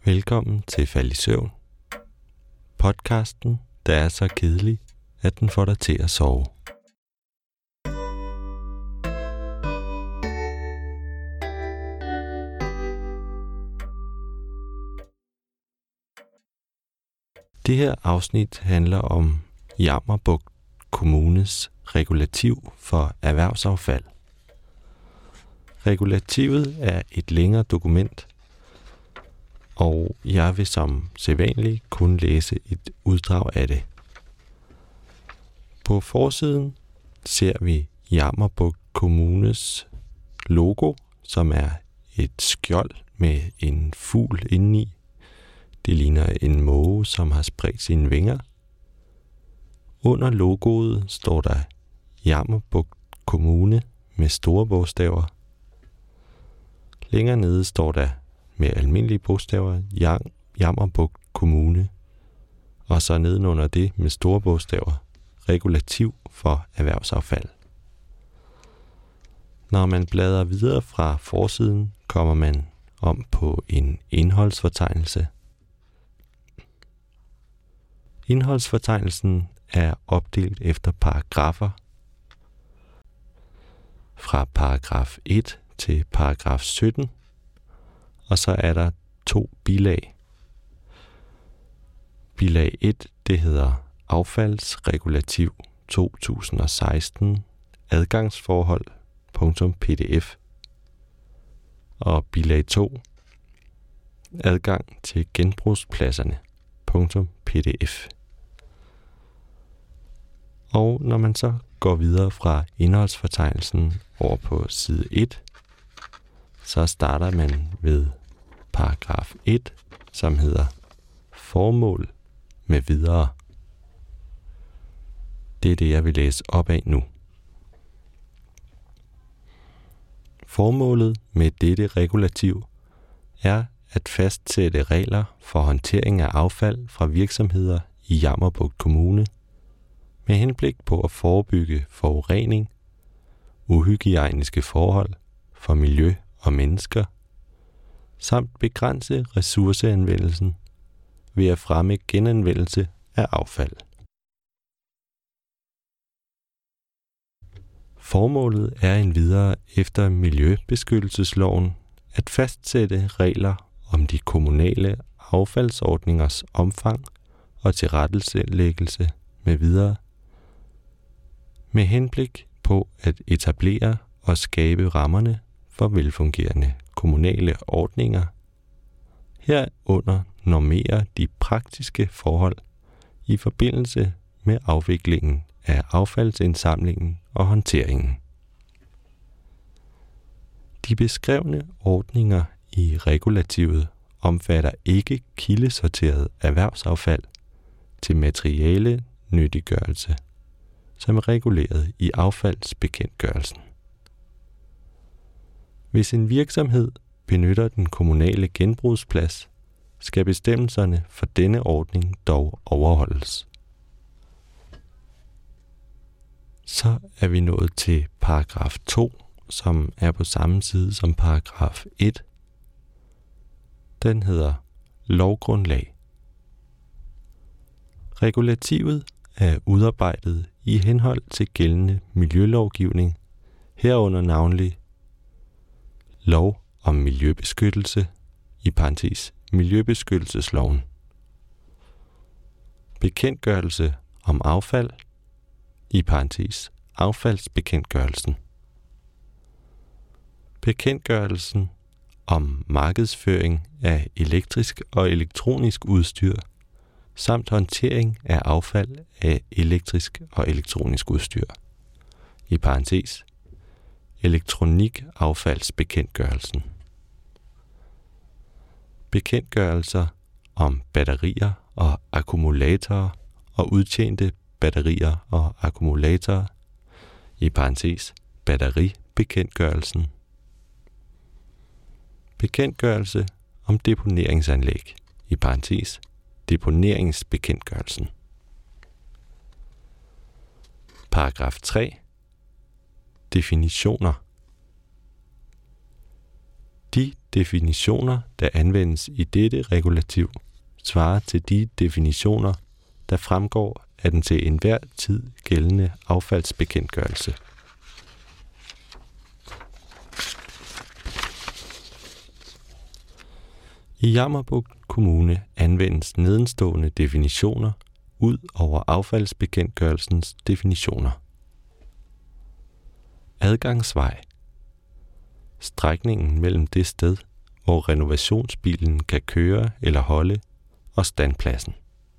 Velkommen til Fald i Søvn. Podcasten, der er så kedelig, at den får dig til at sove. Det her afsnit handler om Jammerbugt Kommunes regulativ for erhvervsaffald. Regulativet er et længere dokument, og jeg vil som sædvanligt kun læse et uddrag af det. På forsiden ser vi Jammerbugt Kommunes logo, som er et skjold med en fugl indeni. Det ligner en måge, som har spredt sine vinger. Under logoet står der Jammerbugt Kommune med store bogstaver. Længere nede står der med almindelige bogstaver Jammerbugt Kommune, og så nedenunder det med store bogstaver regulativ for erhvervsaffald. Når man bladrer videre fra forsiden, kommer man om på en indholdsfortegnelse. Indholdsfortegnelsen er opdelt efter paragrafer. Fra paragraf 1 til paragraf 17, og så er der 2 bilag. Bilag 1, det hedder affaldsregulativ 2016 adgangsforhold.pdf, og bilag 2, adgang til genbrugspladserne.pdf. Og når man så går videre fra indholdsfortegnelsen over på side 1, så starter man ved paragraf 1, som hedder formål med videre. Det er det, jeg vil læse op af nu. Formålet med dette regulativ er at fastsætte regler for håndtering af affald fra virksomheder i Jammerbugt Kommune med henblik på at forebygge forurening, uhygiejniske forhold for miljø og mennesker, samt begrænse ressourceanvendelsen ved at fremme genanvendelse af affald. Formålet er endvidere efter Miljøbeskyttelsesloven at fastsætte regler om de kommunale affaldsordningers omfang og tilrettelæggelse med videre, med henblik på at etablere og skabe rammerne for velfungerende kommunale ordninger, herunder normere de praktiske forhold i forbindelse med afviklingen af affaldsindsamlingen og håndteringen. De beskrevne ordninger i regulativet omfatter ikke kildesorteret erhvervsaffald til materiale nyttiggørelse, som er reguleret i affaldsbekendtgørelsen. Hvis en virksomhed benytter den kommunale genbrugsplads, skal bestemmelserne for denne ordning dog overholdes. Så er vi nået til paragraf 2, som er på samme side som paragraf 1. Den hedder lovgrundlag. Regulativet er udarbejdet i henhold til gældende miljølovgivning, herunder navnlig lov om miljøbeskyttelse (miljøbeskyttelsesloven), bekendtgørelse om affald affaldsbekendtgørelsen, bekendtgørelsen om markedsføring af elektrisk og elektronisk udstyr samt håndtering af affald af elektrisk og elektronisk udstyr elektronikaffaldsbekendtgørelsen, bekendtgørelser om batterier og akkumulatorer og udtjente batterier og akkumulatorer batteribekendtgørelsen, bekendtgørelse om deponeringsanlæg deponeringsbekendtgørelsen. Paragraf 3. Definitioner. De definitioner, der anvendes i dette regulativ, svarer til de definitioner, der fremgår af den til enhver tid gældende affaldsbekendtgørelse. I Jammerbugt Kommune anvendes nedenstående definitioner ud over affaldsbekendtgørelsens definitioner. Adgangsvej. Strækningen mellem det sted, hvor renovationsbilen kan køre eller holde, og standpladsen.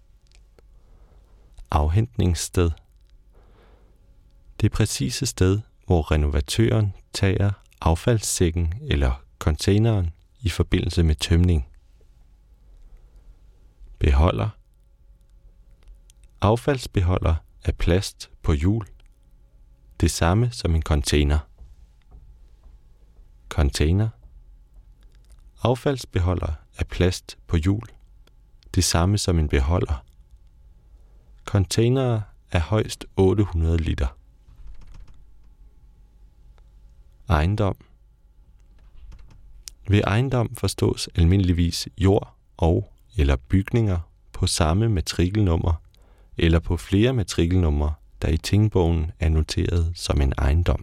Afhentningssted. Det præcise sted, hvor renovatøren tager affaldssækken eller containeren i forbindelse med tømning. Beholder. Affaldsbeholder af plast på hjul. Det samme som en container. Container. Affaldsbeholder af plast på hjul. Det samme som en beholder. Containere er højst 800 liter. Ejendom. Ved ejendom forstås almindeligvis jord og eller bygninger på samme matrikelnummer eller på flere matrikelnumre, der i tingbogen er noteret som en ejendom.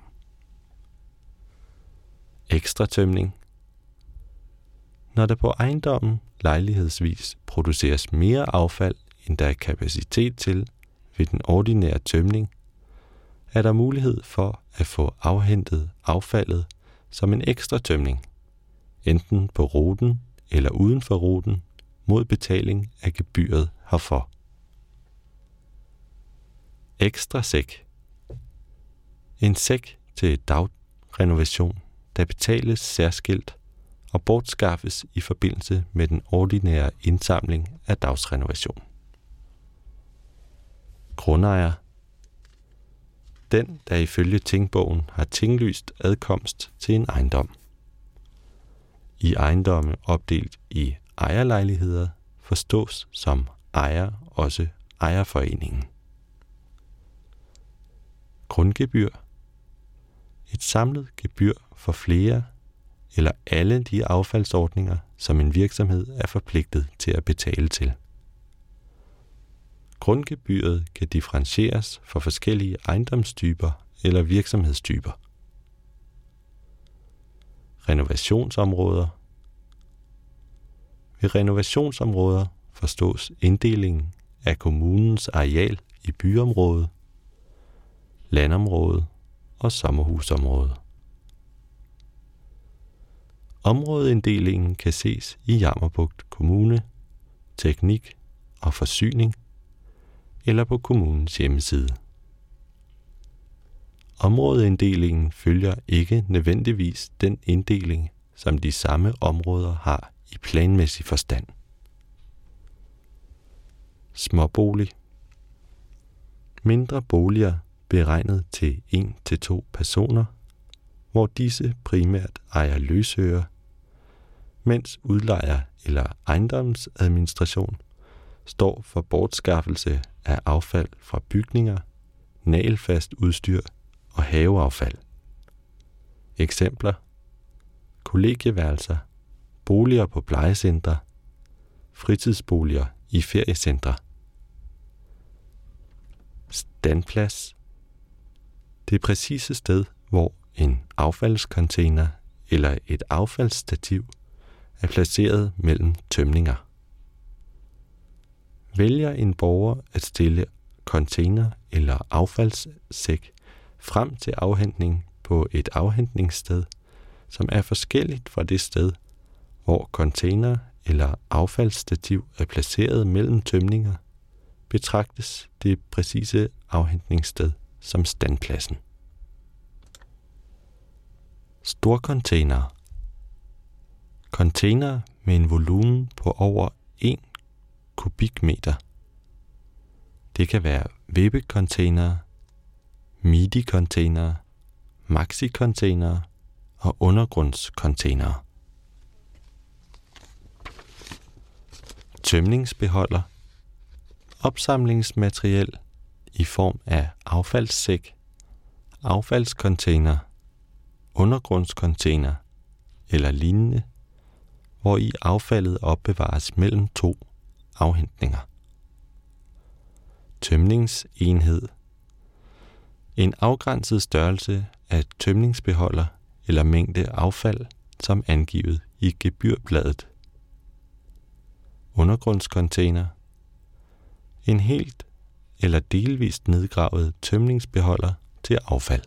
Ekstra tømning. Når der på ejendommen lejlighedsvis produceres mere affald, end der er kapacitet til ved den ordinære tømning, er der mulighed for at få afhentet affaldet som en ekstra tømning, enten på ruten eller uden for ruten, mod betaling af gebyret herfor. Ekstra sæk. En sæk til dagrenovation, der betales særskilt og bortskaffes i forbindelse med den ordinære indsamling af dagsrenovation. Grundejer. Den, der ifølge tingbogen har tinglyst adkomst til en ejendom. I ejendomme opdelt i ejerlejligheder forstås som ejer også ejerforeningen. Grundgebyr. Et samlet gebyr for flere eller alle de affaldsordninger, som en virksomhed er forpligtet til at betale til. Grundgebyret kan differentieres for forskellige ejendomstyper eller virksomhedstyper. Renovationsområder. Ved renovationsområder forstås inddelingen af kommunens areal i byområde, landområde og sommerhusområde. Områdeinddelingen kan ses i Jammerbugt Kommune, Teknik og Forsyning eller på kommunens hjemmeside. Områdeinddelingen følger ikke nødvendigvis den inddeling, som de samme områder har i planmæssig forstand. Småbolig. Mindre boliger beregnet til 1-2 personer, hvor disse primært ejer løsøre, mens udlejer eller ejendomsadministration står for bortskaffelse af affald fra bygninger, nagelfast udstyr og haveaffald. Eksempler: kollegieværelser, boliger på plejecentre, fritidsboliger i feriecentre. Standplads. Det præcise sted, hvor en affaldscontainer eller et affaldsstativ er placeret mellem tømninger. Vælger en borger at stille container eller affaldssæk frem til afhentning på et afhentningssted, som er forskelligt fra det sted, hvor container eller affaldsstativ er placeret mellem tømninger, betragtes det præcise afhentningssted som standpladsen. Storcontainer. Container med en volumen på over 1 kubikmeter. Det kan være vippecontainere, midi-containere, maxi-containere og undergrundscontainere. Tømningsbeholder. Opsamlingsmateriel i form af affaldssæk, affaldscontainer, undergrundscontainer eller lignende, hvor i affaldet opbevares mellem 2 afhentninger. Tømningsenhed. En afgrænset størrelse af tømningsbeholder eller mængde affald, som angivet i gebyrbladet. Undergrundscontainer. En helt eller delvist nedgravet tømningsbeholder til affald.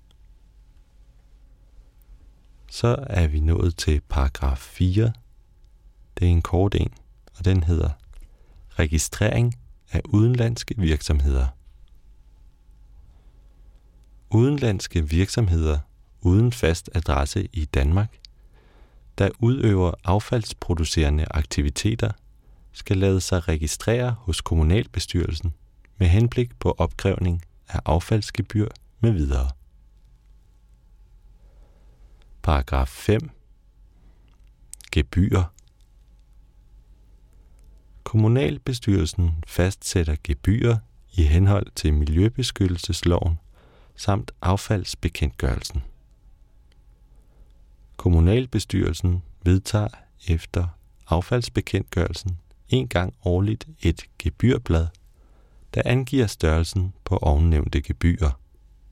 Så er vi nået til paragraf 4. Det er en kort en, og den hedder registrering af udenlandske virksomheder. Udenlandske virksomheder uden fast adresse i Danmark, der udøver affaldsproducerende aktiviteter, skal lade sig registrere hos kommunalbestyrelsen med henblik på opkrævning af affaldsgebyr med videre. Paragraf 5. Gebyrer. Kommunalbestyrelsen fastsætter gebyrer i henhold til Miljøbeskyttelsesloven samt affaldsbekendtgørelsen. Kommunalbestyrelsen vedtager efter affaldsbekendtgørelsen en gang årligt et gebyrblad, der angiver størrelsen på ovennævnte gebyrer.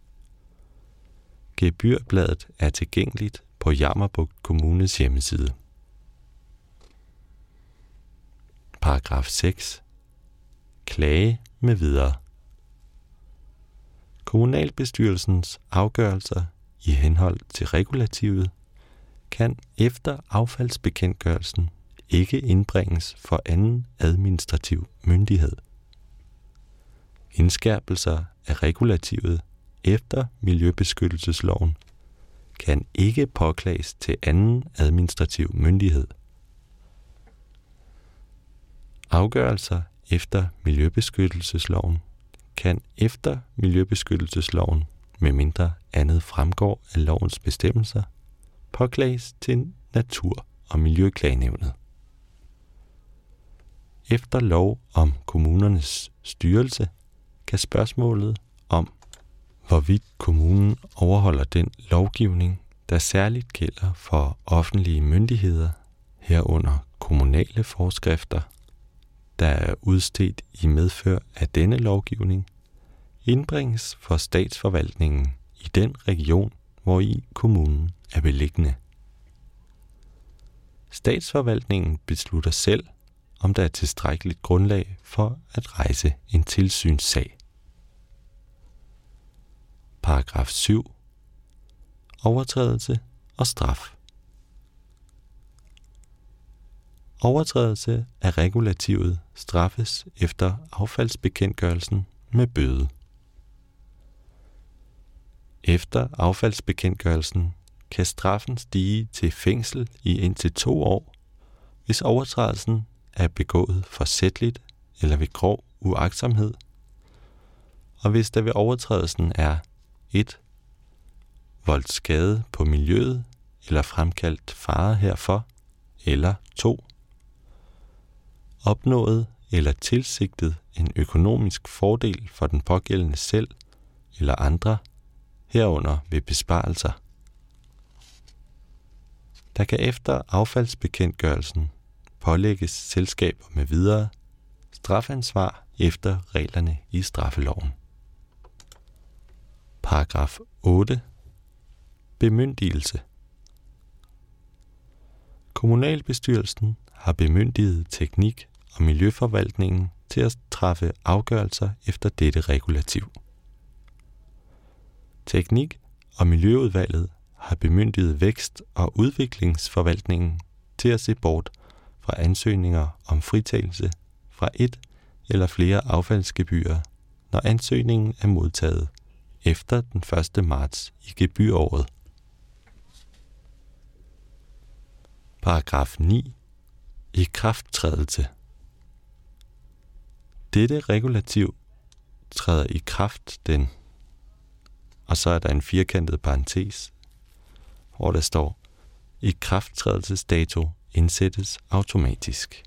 Gebyrbladet er tilgængeligt på Jammerbugt Kommunes hjemmeside. Paragraf 6. Klage med videre. Kommunalbestyrelsens afgørelser i henhold til regulativet kan efter affaldsbekendtgørelsen ikke indbringes for anden administrativ myndighed. Indskærpelser af regulativet efter Miljøbeskyttelsesloven kan ikke påklages til anden administrativ myndighed. Afgørelser efter Miljøbeskyttelsesloven kan efter Miljøbeskyttelsesloven, medmindre andet fremgår af lovens bestemmelser, påklages til Natur- og Miljøklagenævnet. Efter lov om kommunernes styrelse kan spørgsmålet om, hvorvidt kommunen overholder den lovgivning, der særligt gælder for offentlige myndigheder, herunder kommunale forskrifter, der er udstedt i medfør af denne lovgivning, indbringes for statsforvaltningen i den region, hvori kommunen er beliggende. Statsforvaltningen beslutter selv, om der er tilstrækkeligt grundlag for at rejse en tilsynssag. Paragraf 7. Overtrædelse og straf. Overtrædelse af regulativet straffes efter affaldsbekendtgørelsen med bøde. Efter affaldsbekendtgørelsen kan straffen stige til fængsel i indtil 2 år, hvis overtrædelsen er begået forsætligt eller ved grov uagtsomhed, og hvis der ved overtrædelsen er 1. voldt skade på miljøet eller fremkaldt fare herfor, eller 2. opnået eller tilsigtet en økonomisk fordel for den pågældende selv eller andre, herunder ved besparelser. Der kan efter affaldsbekendtgørelsen pålægges selskaber med videre strafansvar efter reglerne i straffeloven. Paragraf 8. Bemyndigelse. Kommunalbestyrelsen har bemyndiget teknik- og miljøforvaltningen til at træffe afgørelser efter dette regulativ. Teknik- og Miljøudvalget har bemyndiget vækst- og udviklingsforvaltningen til at se bort fra ansøgninger om fritagelse fra et eller flere affaldsgebyrer, når ansøgningen er modtaget efter den 1. marts i gebyråret. Paragraf 9. Ikrafttrædelse. Dette regulativ træder i kraft den, og så er der en firkantet parentes, hvor der står, ikrafttrædelsesdato indsættes automatisk.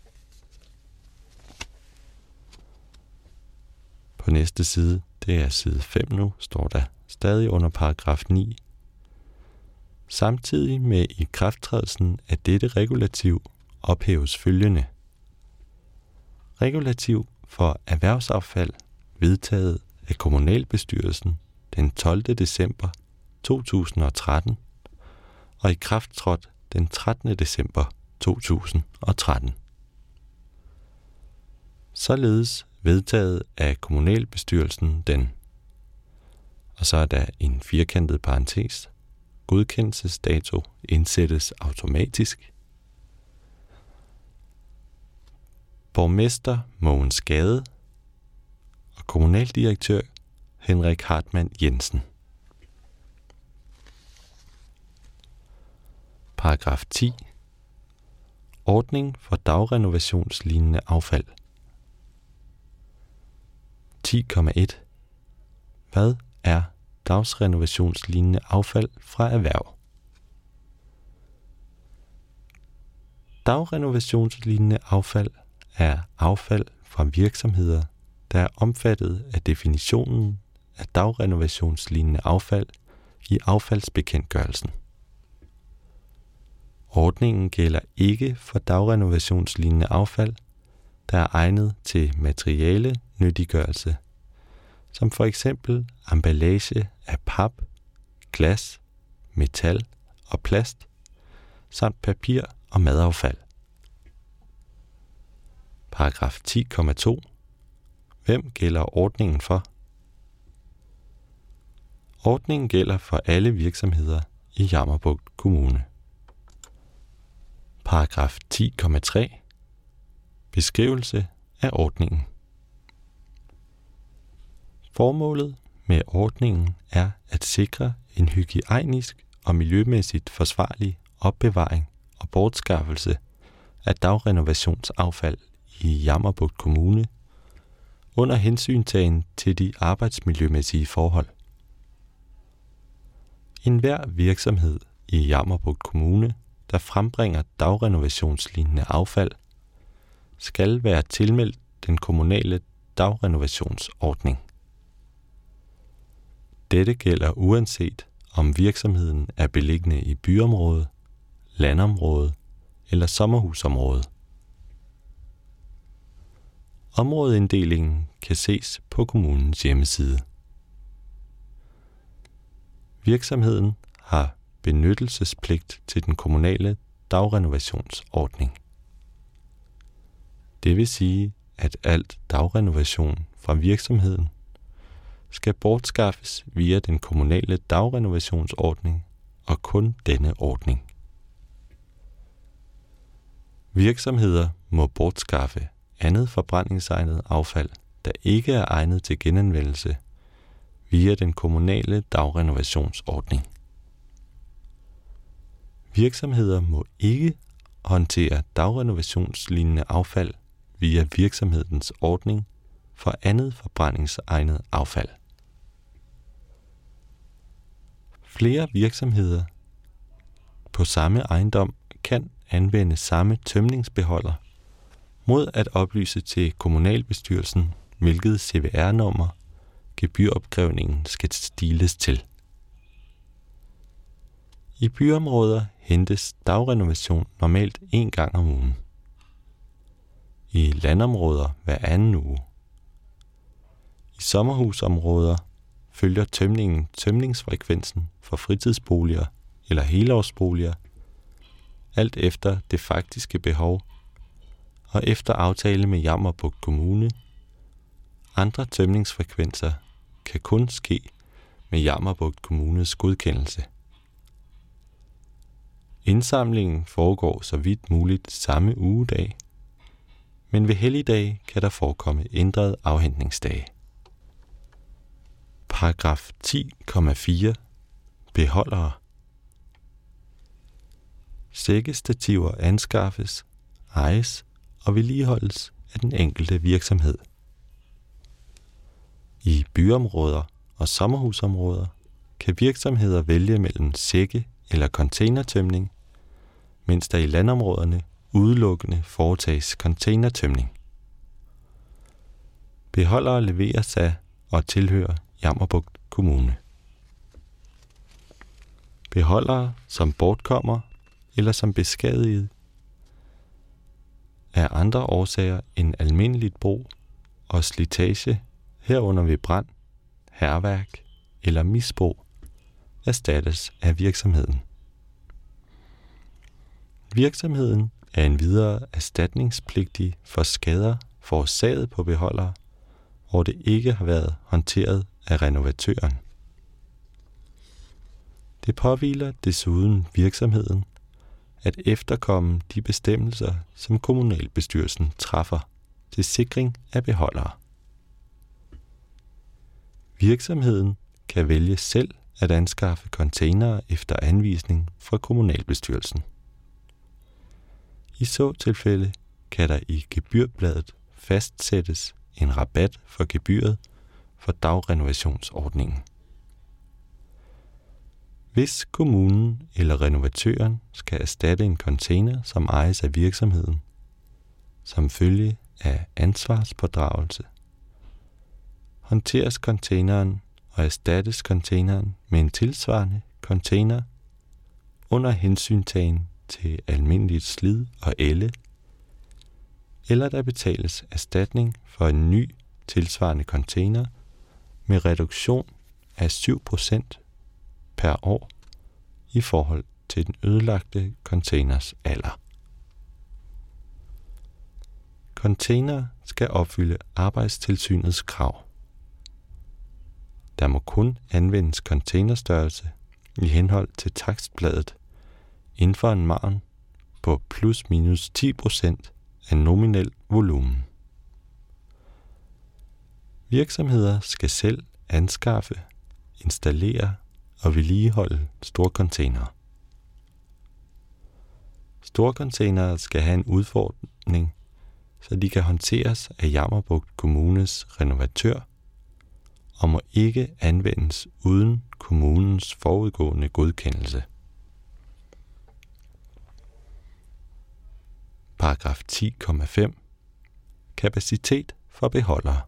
På næste side, det er side 5 nu, står der stadig under paragraf 9. Samtidig med ikrafttrædelsen af dette regulativ ophæves følgende. Regulativ for erhvervsaffald vedtaget af kommunalbestyrelsen den 12. december 2013 og ikrafttrådt den 13. december 2013. Således vedtaget af kommunalbestyrelsen den, og så er der en firkantet parentes, godkendelsesdato indsættes automatisk. Borgmester Mogens Gade og kommunaldirektør Henrik Hartmann Jensen. Paragraf 10. Ordning for dagrenovationslignende affald. 10,1. Hvad er dagsrenovationslignende affald fra erhverv? Dagrenovationslignende affald er affald fra virksomheder, der er omfattet af definitionen af dagrenovationslignende affald i affaldsbekendtgørelsen. Ordningen gælder ikke for dagrenovationslignende affald, der er egnet til materialenyttiggørelse, som for eksempel emballage af pap, glas, metal og plast, samt papir og madaffald. Paragraf 10,2. Hvem gælder ordningen for? Ordningen gælder for alle virksomheder i Jammerbugt Kommune. Paragraf 10,3. Beskrivelse af ordningen. Formålet med ordningen er at sikre en hygiejnisk og miljømæssigt forsvarlig opbevaring og bortskaffelse af dagrenovationsaffald i Jammerbugt Kommune under hensyntagen til de arbejdsmiljømæssige forhold. Enhver virksomhed i Jammerbugt Kommune, der frembringer dagrenovationslignende affald, skal være tilmeldt den kommunale dagrenovationsordning. Dette gælder uanset om virksomheden er beliggende i byområde, landområde eller sommerhusområde. Områdeinddelingen kan ses på kommunens hjemmeside. Virksomheden har benyttelsespligt til den kommunale dagrenovationsordning. Det vil sige, at alt dagrenovation fra virksomheden skal bortskaffes via den kommunale dagrenovationsordning og kun denne ordning. Virksomheder må bortskaffe andet forbrændingsegnet affald, der ikke er egnet til genanvendelse, via den kommunale dagrenovationsordning. Virksomheder må ikke håndtere dagrenovationslignende affald via virksomhedens ordning for andet forbrændingsegnet affald. Flere virksomheder på samme ejendom kan anvende samme tømningsbeholder mod at oplyse til kommunalbestyrelsen, hvilket CVR-nummer gebyropkrævningen skal stiles til. I byområder hentes dagrenovation normalt 1 gang om ugen. I landområder hver anden uge. I sommerhusområder følger tømningen tømningsfrekvensen for fritidsboliger eller helårsboliger, alt efter det faktiske behov, og efter aftale med Jammerbugt Kommune. Andre tømningsfrekvenser kan kun ske med Jammerbugt Kommunes godkendelse. Indsamlingen foregår så vidt muligt samme ugedag, men ved helligdage kan der forekomme ændrede afhentningsdage. Paragraf 10,4. Beholdere. Sækkestativer anskaffes, ejes og vedligeholdes af den enkelte virksomhed. I byområder og sommerhusområder kan virksomheder vælge mellem sække- eller containertømning, mens der i landområderne udelukkende foretages containertømning. Beholdere leveres af og tilhører Jammerbugt Kommune. Beholdere, som bortkommer eller som beskadiget af andre årsager end almindeligt brug og slitage herunder ved brand, hærværk eller misbrug, erstattes af virksomheden. Virksomheden er endvidere erstatningspligtig for skader forårsaget på beholdere, hvor det ikke har været håndteret af renovatøren. Det påhviler desuden virksomheden at efterkomme de bestemmelser, som kommunalbestyrelsen træffer til sikring af beholdere. Virksomheden kan vælge selv at anskaffe containere efter anvisning fra kommunalbestyrelsen. I så tilfælde kan der i gebyrbladet fastsættes en rabat for gebyret for dagrenovationsordningen. Hvis kommunen eller renovatøren skal erstatte en container, som ejes af virksomheden, som følge af ansvarspådragelse, håndteres containeren og erstattes containeren med en tilsvarende container under hensyntagen til almindeligt slid og ælde, eller der betales erstatning for en ny tilsvarende container med reduktion af 7% per år i forhold til den ødelagte containers alder. Container skal opfylde Arbejdstilsynets krav. Der må kun anvendes containerstørrelse i henhold til takstbladet inden for en margen på plus minus 10% af nominel volumen. Virksomheder skal selv anskaffe, installere og vedligeholde store containere. Store containere skal have en udformning, så de kan håndteres af Jammerbugt Kommunes renovatør og må ikke anvendes uden kommunens forudgående godkendelse. Paragraf 10,5. Kapacitet for beholdere.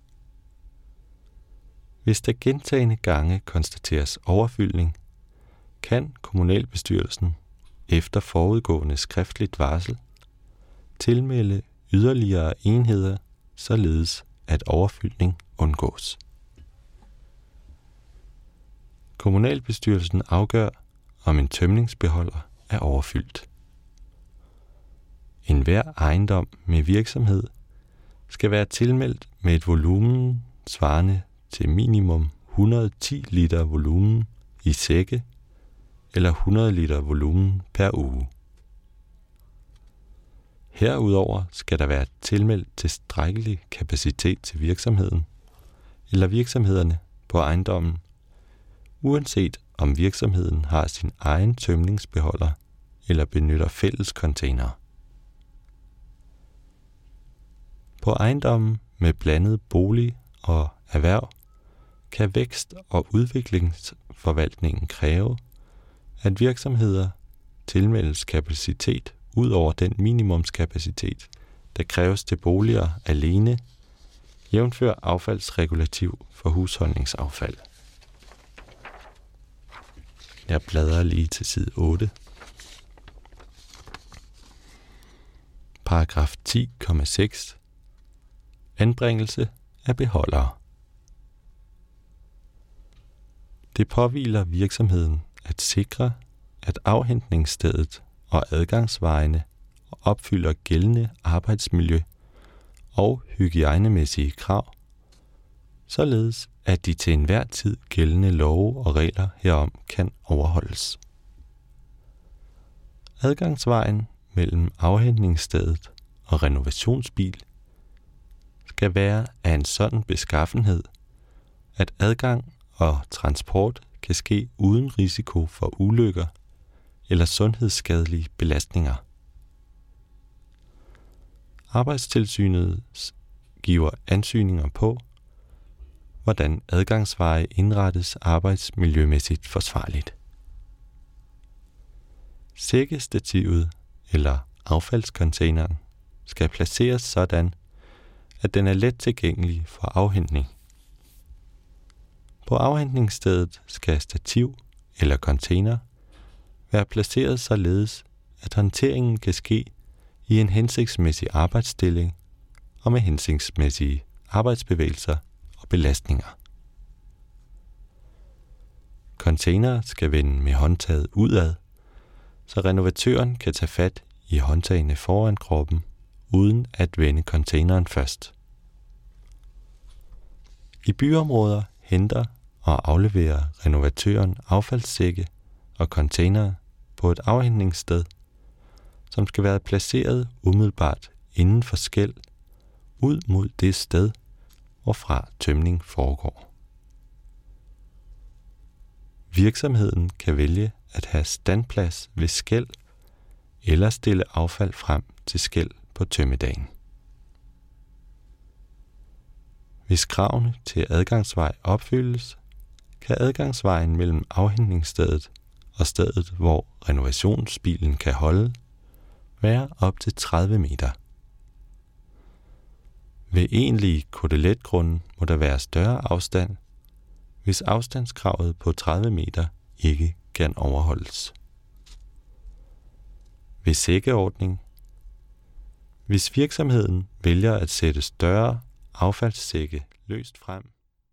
Hvis der gentagne gange konstateres overfyldning, kan kommunalbestyrelsen efter forudgående skriftligt varsel tilmelde yderligere enheder, således at overfyldning undgås. Kommunalbestyrelsen afgør, om en tømningsbeholder er overfyldt. Enhver ejendom med virksomhed skal være tilmeldt med et volumen svarende til minimum 110 liter volumen i sække eller 100 liter volumen per uge. Herudover skal der være tilmeldt tilstrækkelig kapacitet til virksomheden eller virksomhederne på ejendommen, uanset om virksomheden har sin egen tømningsbeholder eller benytter fælles containere. På ejendommen med blandet bolig og erhverv kan vækst- og udviklingsforvaltningen kræve, at virksomheder tilmeldes kapacitet ud over den minimumskapacitet, der kræves til boliger alene, jævnfør affaldsregulativ for husholdningsaffald. Jeg bladrer lige til side 8. Paragraf 10,6. Anbringelse af beholdere. Det påhviler virksomheden at sikre, at afhentningsstedet og adgangsvejene opfylder gældende arbejdsmiljø- og hygiejnemæssige krav, således at de til enhver tid gældende love og regler herom kan overholdes. Adgangsvejen mellem afhentningsstedet og renovationsbil skal være af en sådan beskaffenhed, at adgang og transport kan ske uden risiko for ulykker eller sundhedsskadelige belastninger. Arbejdstilsynet giver ansøgninger på, hvordan adgangsveje indrettes arbejdsmiljømæssigt forsvarligt. Sækkestativet eller affaldscontaineren skal placeres sådan, at den er let tilgængelig for afhentning. På afhentningsstedet skal stativ eller container være placeret således, at håndteringen kan ske i en hensigtsmæssig arbejdsstilling og med hensigtsmæssige arbejdsbevægelser og belastninger. Containere skal vende med håndtaget udad, så renovatøren kan tage fat i håndtagene foran kroppen, uden at vende containeren først. I byområder henter og afleverer renovatøren affaldssække og containere på et afhentningssted, som skal være placeret umiddelbart inden for skel ud mod det sted, hvorfra tømning foregår. Virksomheden kan vælge at have standplads ved skel eller stille affald frem til skel på tømmedagen. Hvis kravene til adgangsvej opfyldes, kan adgangsvejen mellem afhentningsstedet og stedet, hvor renovationsbilen kan holde, være op til 30 meter. Ved egentlige koteletgrunde må der være større afstand, hvis afstandskravet på 30 meter ikke kan overholdes. Ved sækkeordning. Hvis virksomheden vælger at sætte større affaldssække løst frem